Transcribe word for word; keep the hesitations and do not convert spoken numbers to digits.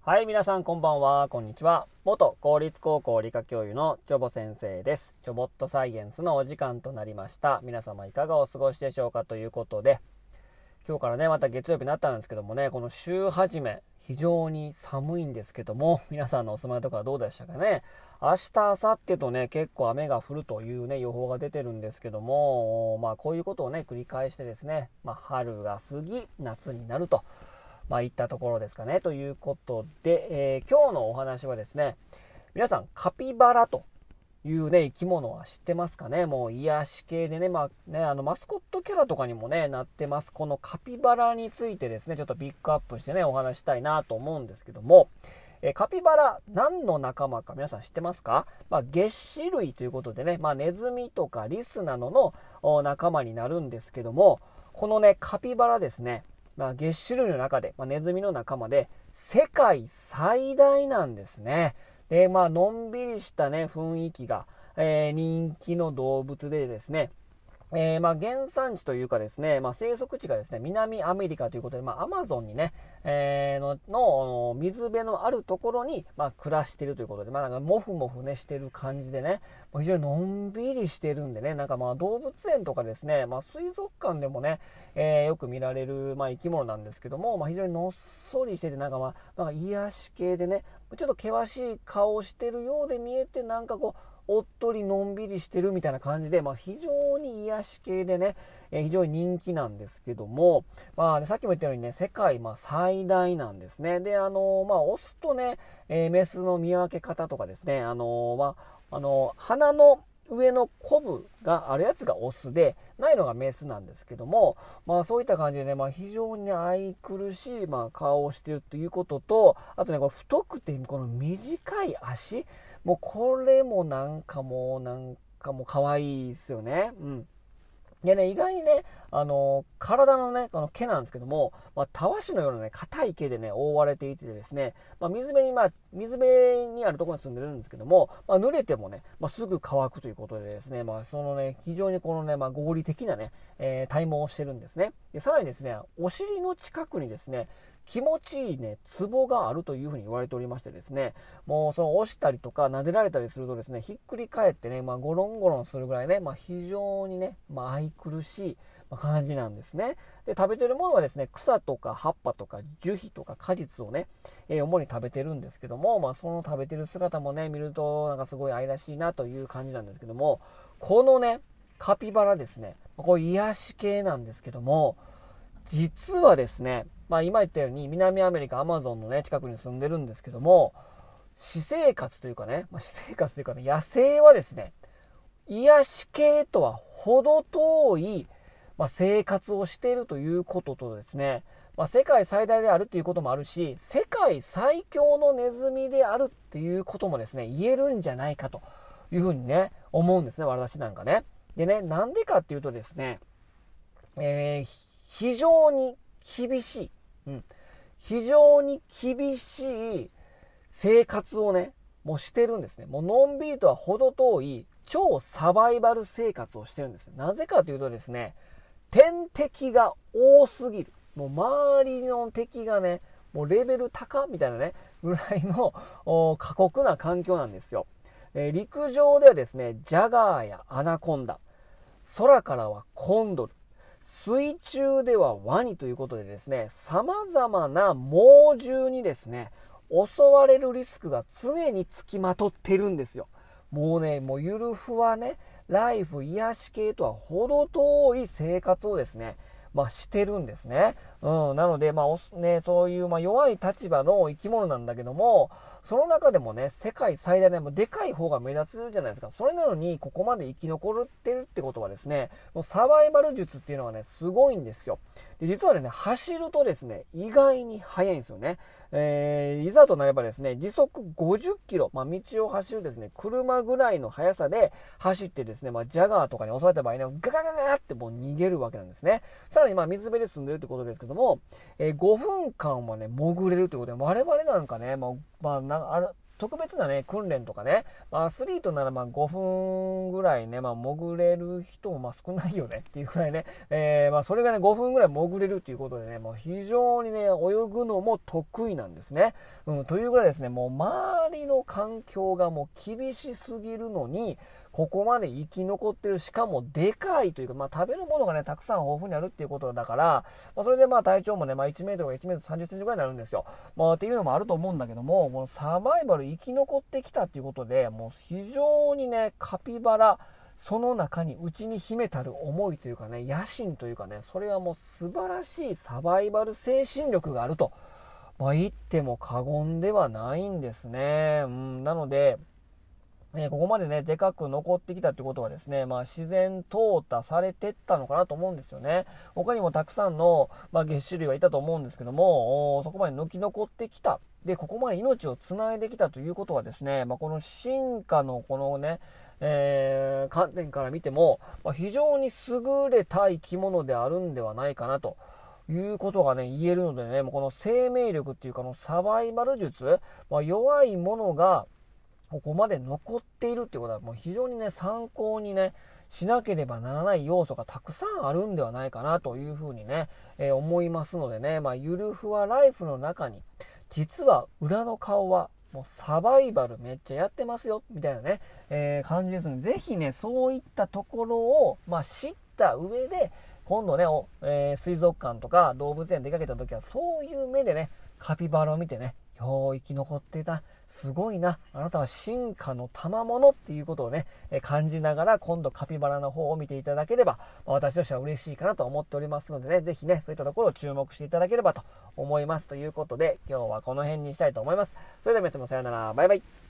はい、皆さんこんばんは、こんにちは。元公立高校理科教諭のチョボ先生です。チョボットサイエンスのお時間となりました。皆様いかがお過ごしでしょうかということで、今日からね、また月曜日になったんですけどもね、この週始め、非常に寒いんですけども、皆さんのお住まいとかどうでしたかね。明日、明後日とね、結構雨が降るというね、予報が出てるんですけども、まあこういうことをね、繰り返してですね、まあ春が過ぎ、夏になると。まあいったところですかね。ということで、えー、今日のお話はですね、皆さんカピバラというね、生き物は知ってますかね。もう癒し系でね、まあね、あのマスコットキャラとかにもね、なってます。このカピバラについてですね、ちょっとピックアップしてね、お話したいなと思うんですけども、えー、カピバラ何の仲間か皆さん知ってますか？まあ齧歯類ということでね、まあネズミとかリスなどの仲間になるんですけども、このね、カピバラですね、まあ、齧歯類の中で、まあ、ネズミの仲間で世界最大なんですね。で、まあ、のんびりしたね、雰囲気が、えー、人気の動物でですね、えー、まあ原産地というかですね、まあ、生息地がですね、南アメリカということで、まあ、アマゾンにね、えー、のの水辺のあるところに、まあ、暮らしているということで、まあ、なんかモフモフねしてる感じでね、非常にのんびりしてるんでね、なんかまあ動物園とかですね、まあ、水族館でもね、えー、よく見られる、まあ、生き物なんですけども、まあ、非常にのっそりしてて、なんかまあ、なんか癒し系でね、ちょっと険しい顔をしてるようで見えて、なんかこう、おっとりのんびりしてるみたいな感じで、まあ、非常に癒し系でね、えー、非常に人気なんですけども、まあね、さっきも言ったようにね、世界まあ最大なんですね。で、あのー、まあ、オスとね、えー、メスの見分け方とかですね、あのー、まあ、あのー、鼻の上のコブがあるやつがオスで、ないのがメスなんですけども、まあそういった感じでね、まあ非常に、ね、愛くるしい、まあ、顔をしているということと、あとね、これ太くてこの短い足、もうこれもなんかもうなんかもう可愛いですよね。うん。でね、意外にね、あの、体のね、この毛なんですけども、まあ、たわしのようなね、硬い毛でね、覆われていてですね、まあ、水辺に、まあ、水辺にあるところに住んでるんですけども、まあ、濡れてもね、まあ、すぐ乾くということでですね、まあ、そのね、非常にこのね、まあ、合理的なね、えー、体毛をしてるんですね。で、さらにですね、お尻の近くにですね、気持ちいいね、ツボがあるというふうに言われておりましてですね、もうその押したりとか撫でられたりするとですね、ひっくり返ってね、まあゴロンゴロンするぐらいね、まあ非常にね、まあ愛くるしい感じなんですね。で、食べてるものはですね、草とか葉っぱとか樹皮とか果実をね、えー、主に食べてるんですけども、まあその食べてる姿もね、見るとなんかすごい愛らしいなという感じなんですけども、このね、カピバラですね、これ癒し系なんですけども、実はですね、まあ今言ったように南アメリカアマゾンのね近くに住んでるんですけども、私生活というかね、まあ、私生活というかね、野生はですね、癒し系とは程遠い、まあ、生活をしているということとですね、まあ、世界最大であるということもあるし、世界最強のネズミであるっていうこともですね、言えるんじゃないかというふうにね、思うんですね、私なんかね。でね、なんでかっていうとですね、えー、非常に厳しい、うん、非常に厳しい生活をね、もうしてるんですね。もうのんびりとは程遠い超サバイバル生活をしてるんです。なぜかというとですね、天敵が多すぎる。もう周りの敵がね、もうレベル高みたいなね、ぐらいの過酷な環境なんですよ。えー、陸上ではですね、ジャガーやアナコンダ、空からはコンドル、水中ではワニということでですね、様々な猛獣にですね、襲われるリスクが常につきまとってるんですよ。もうね、もうゆるふわね、ライフ、癒し系とは程遠い生活をですね、まあしてるんですね。うん、なので、まあね、そういう、まあ、弱い立場の生き物なんだけども、その中でもね、世界最大でもでかい方が目立つじゃないですか。それなのに、ここまで生き残ってるってことはですね、もうサバイバル術っていうのはね、すごいんですよ。で、実はね、走るとですね、意外に速いんですよね。えー、いざとなればですね、時速ごじゅっキロ、まあ、道を走るですね、車ぐらいの速さで走ってですね、まあ、ジャガーとかに襲われた場合ね、ガガガガガってもう逃げるわけなんですね。さらにまあ、水辺で住んでるってことですけども、えー、ごふんかんはね、潜れるということで、我々なんかね、まあ、まあ、なあ特別なね、訓練とかね、まあ、アスリートならまあごふんぐらいね、まあ、潜れる人もまあ少ないよねっていうくらいね、えー、まあそれがね、ごふんぐらい潜れるっていうことでね、もう非常にね、泳ぐのも得意なんですね。うん、というぐらいですね、もう周りの環境がもう厳しすぎるのに、ここまで生き残ってる、しかもでかいというか、まあ、食べるものがね、たくさん豊富にあるっていうことだから、まあ、それでまあ体長もね、まあ、いちメートルかいちメートルさんじゅっセンチぐらいになるんですよ。まあ、っていうのもあると思うんだけども、もうサバイバル生き残ってきたっていうことで、もう非常にね、カピバラ、その中に内に秘めたる思いというかね、野心というかね、それはもう素晴らしいサバイバル精神力があると、まあ、言っても過言ではないんですね。うん、なので、えー、ここまでね、でかく残ってきたってことはですね、まあ、自然淘汰されてったのかなと思うんですよね。他にもたくさんの、まあ、月種類はいたと思うんですけども、そこまで生き残ってきた。で、ここまで命をつないできたということはですね、まあ、この進化のこのね、えー、観点から見ても、まあ、非常に優れた生き物であるんではないかなと。いうことがね、言えるのでね、もうこの生命力っていうかのサバイバル術、まあ、弱いものが、ここまで残っているっていうことはもう非常にね、参考にね、しなければならない要素がたくさんあるんではないかなというふうにね、えー、思いますのでね、まあ、ゆるふわライフの中に、実は裏の顔は、もうサバイバルめっちゃやってますよ、みたいなね、えー、感じですので、ぜひね、そういったところを、まあ、知った上で、今度ね、えー、水族館とか動物園出かけた時は、そういう目でね、カピバラを見てね、よう生き残っていた。すごいな。あなたは進化の賜物っていうことをね、え感じながら今度カピバラの方を見ていただければ、私としては嬉しいかなと思っておりますのでね、ぜひね、そういったところを注目していただければと思います。ということで、今日はこの辺にしたいと思います。それでは皆様さようなら。バイバイ。